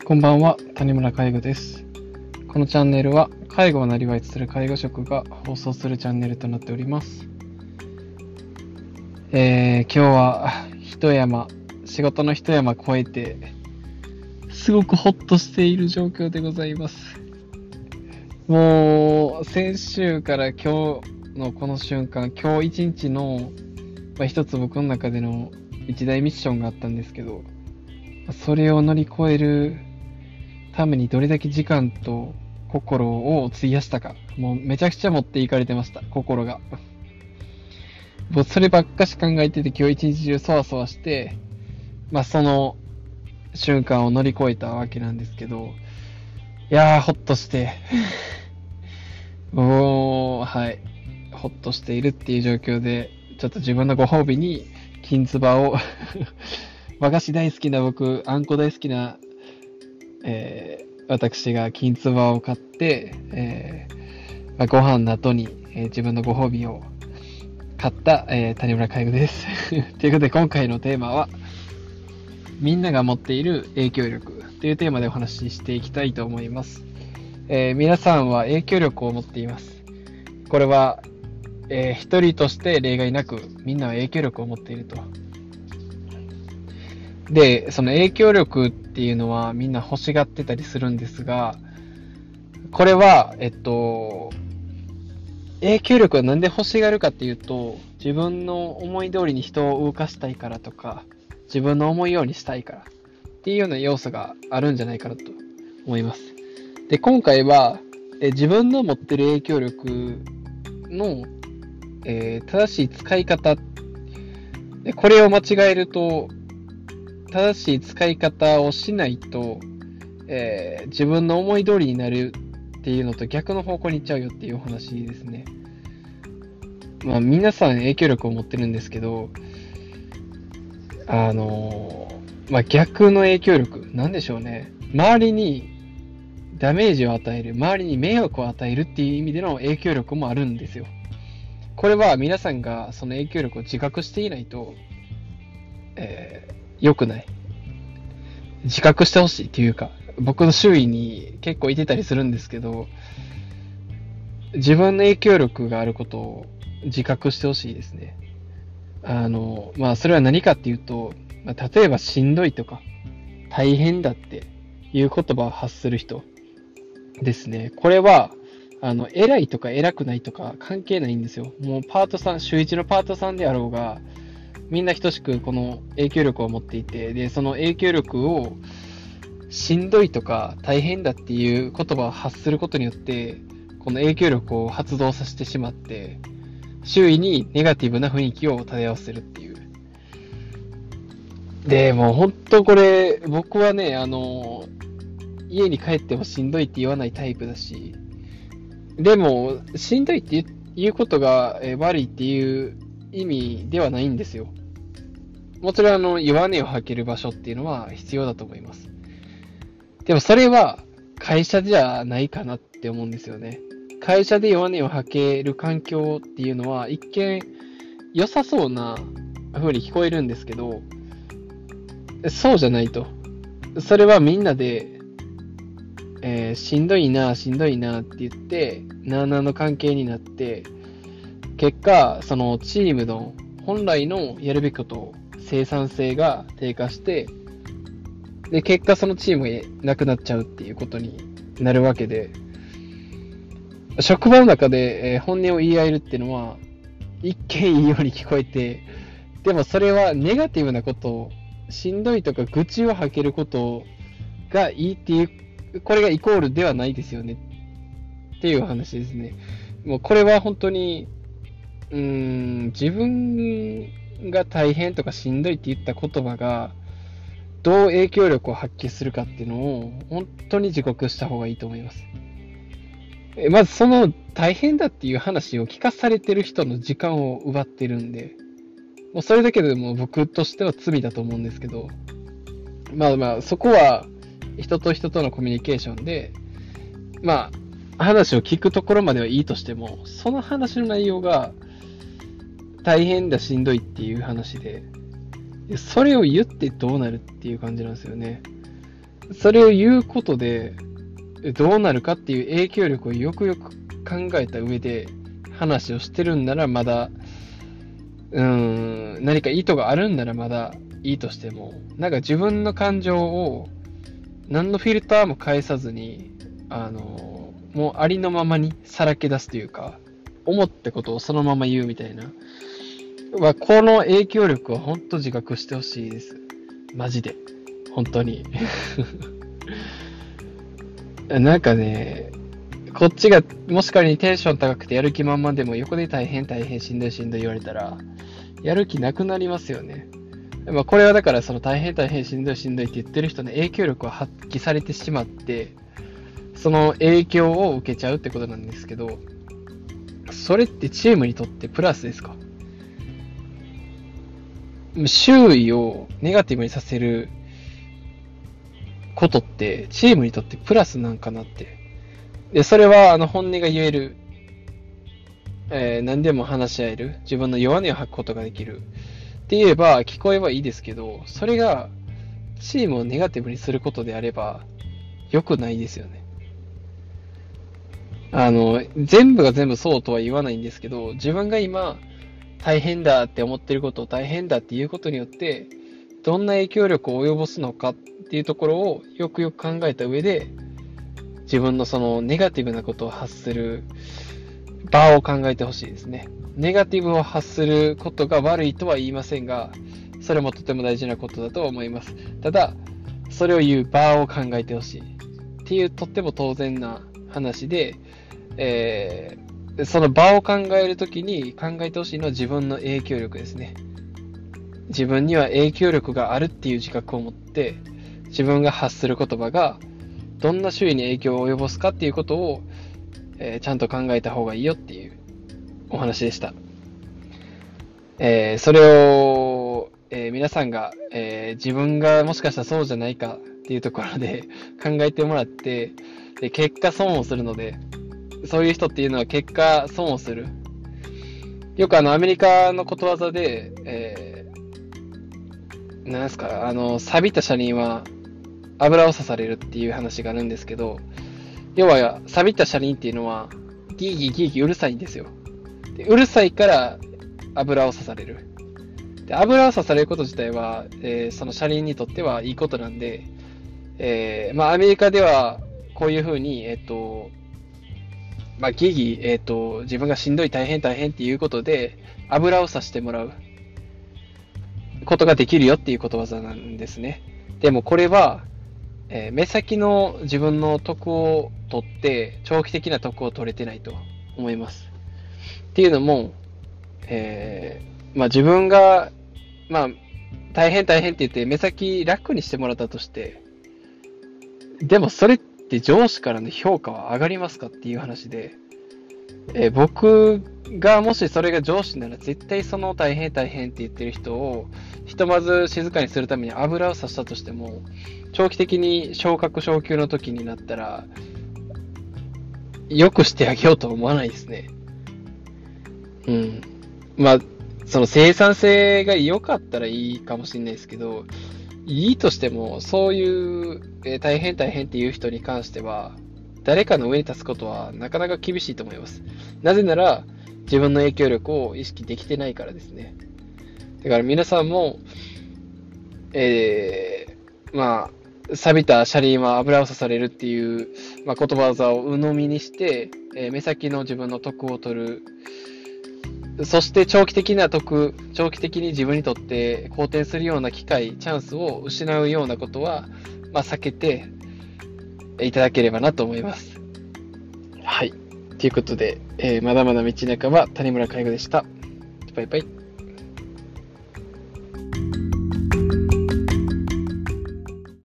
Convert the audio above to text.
こんばんは、谷村介護です。このチャンネルは介護をなりわいとする介護職が放送するチャンネルとなっております。今日は仕事の一山越えて、すごくホッとしている状況でございます。もう、先週から今日のこの瞬間、今日一日の、一つ僕の中での一大ミッションがあったんですけど、それを乗り越えるためにどれだけ時間と心を費やしたか。もうめちゃくちゃ持っていかれてました、心が。もうそればっかし考えてて今日一日中そわそわして、その瞬間を乗り越えたわけなんですけど、いやー、ほっとして、もう、はい、ほっとしているっていう状況で、ちょっと自分のご褒美に、金つばを、和菓子大好きな僕、あんこ大好きな、私が金つばを買って、ご飯の後に、自分のご褒美を買った、谷村介護です。ということで今回のテーマは、みんなが持っている影響力というテーマでお話ししていきたいと思います。皆さんは影響力を持っています。これは、一人として例外なくみんなは影響力を持っていると。で、その影響力っていうのはみんな欲しがってたりするんですが、これは、影響力はなんで欲しがるかっていうと、自分の思い通りに人を動かしたいからとか、自分の思いようにしたいからっていうような要素があるんじゃないかなと思います。で、今回は、自分の持ってる影響力の、正しい使い方、これを間違えると、正しい使い方をしないと、自分の思い通りになるっていうのと逆の方向に行っちゃうよっていうお話ですね。皆さん影響力を持ってるんですけど、逆の影響力、なんでしょうね。周りにダメージを与える、周りに迷惑を与えるっていう意味での影響力もあるんですよ。これは皆さんがその影響力を自覚していないと、良くない。自覚してほしいっていうか、僕の周囲に結構いてたりするんですけど、自分の影響力があることを自覚してほしいですね。それは何かっていうと、例えばしんどいとか、大変だっていう言葉を発する人ですね。これは、偉いとか偉くないとか関係ないんですよ。もうパートさん、週一のパートさんであろうが、みんな等しくこの影響力を持っていて、で、その影響力をしんどいとか大変だっていう言葉を発することによって、この影響力を発動させてしまって、周囲にネガティブな雰囲気を漂わせるっていう。で、もう本当これ、僕はね、家に帰ってもしんどいって言わないタイプだし、でも、しんどいって言うことが悪いっていう意味ではないんですよ。もちろん弱音を吐ける場所っていうのは必要だと思います。でもそれは会社じゃないかなって思うんですよね。会社で弱音を吐ける環境っていうのは一見良さそうな風に聞こえるんですけど、そうじゃないと。それはみんなで、しんどいなって言って、なあなあの関係になって、結果、そのチームの本来のやるべきことを生産性が低下して、で、結果そのチームがなくなっちゃうっていうことになるわけで、職場の中で本音を言い合えるっていうのは、一見いいように聞こえて、でもそれはネガティブなことを、しんどいとか愚痴を吐けることがいいっていう、これがイコールではないですよねっていう話ですね。もうこれは本当に、自分が大変とかしんどいって言った言葉がどう影響力を発揮するかっていうのを本当に自覚した方がいいと思います。まずその大変だっていう話を聞かされてる人の時間を奪ってるんで、もうそれだけでも僕としては罪だと思うんですけど、そこは人と人とのコミュニケーションで、話を聞くところまではいいとしても、その話の内容が大変だしんどいっていう話で、それを言ってどうなるっていう感じなんですよね。 それを言うことで、どうなるかっていう影響力をよくよく考えた上で話をしてるんならまだ、何か意図があるんならまだいいとしても、なんか自分の感情を何のフィルターも返さずに、もうありのままにさらけ出すというか、思ったことをそのまま言うみたいな。この影響力は本当自覚してほしいです。マジで。本当に。なんかね、こっちがもし仮にテンション高くてやる気満々でも横で大変大変しんどいしんどい言われたら、やる気なくなりますよね。これはだからその大変大変しんどいしんどいって言ってる人の影響力を発揮されてしまって、その影響を受けちゃうってことなんですけど、それってチームにとってプラスですか？周囲をネガティブにさせることってチームにとってプラスなんかなって。で、それは本音が言える、何でも話し合える、自分の弱音を吐くことができるって言えば聞こえはいいですけど、それがチームをネガティブにすることであれば良くないですよね。全部が全部そうとは言わないんですけど、自分が今大変だって思ってることを大変だっていうことによってどんな影響力を及ぼすのかっていうところをよくよく考えた上で、自分のそのネガティブなことを発する場を考えてほしいですね。ネガティブを発することが悪いとは言いませんが、それもとても大事なことだと思います。ただ、それを言う場を考えてほしいっていうとっても当然な話で、その場を考えるときに考えてほしいのは自分の影響力ですね。自分には影響力があるっていう自覚を持って、自分が発する言葉がどんな周囲に影響を及ぼすかっていうことを、ちゃんと考えた方がいいよっていうお話でした。それを、皆さんが、自分がもしかしたらそうじゃないかっていうところで考えてもらって、で結果損をするので、そういう人っていうのは結果損をする。よくアメリカのことわざで、なんですか、錆びた車輪は油を刺されるっていう話があるんですけど、要は錆びた車輪っていうのはギーギーギーギーうるさいんですよ。でうるさいから油を刺される。で油を刺されること自体は、その車輪にとってはいいことなんで、アメリカではこういうふうに、ギーギー、自分がしんどい大変大変っていうことで油を刺してもらうことができるよっていうことわざなんですね。でもこれは、目先の自分の得を取って長期的な得を取れてないと思います。っていうのも、自分が、大変大変って言って目先楽にしてもらったとして、でもそれって上司からの評価は上がりますかっていう話で、僕がもしそれが上司なら絶対その大変大変って言ってる人をひとまず静かにするために油を差したとしても、長期的に昇格昇給の時になったら良くしてあげようとは思わないですね。その生産性が良かったらいいかもしれないですけど、いいとしてもそういう、大変大変っていう人に関しては誰かの上に立つことはなかなか厳しいと思います。なぜなら自分の影響力を意識できてないからですね。だから皆さんも、錆びた車輪は油を刺されるっていう、言葉技を鵜呑みにして、目先の自分の得を取る。そして長期的に自分にとって好転するような機会、チャンスを失うようなことは、避けていただければなと思います。はい。ということで、まだまだ道半ば、谷村介護でした。バイバイ。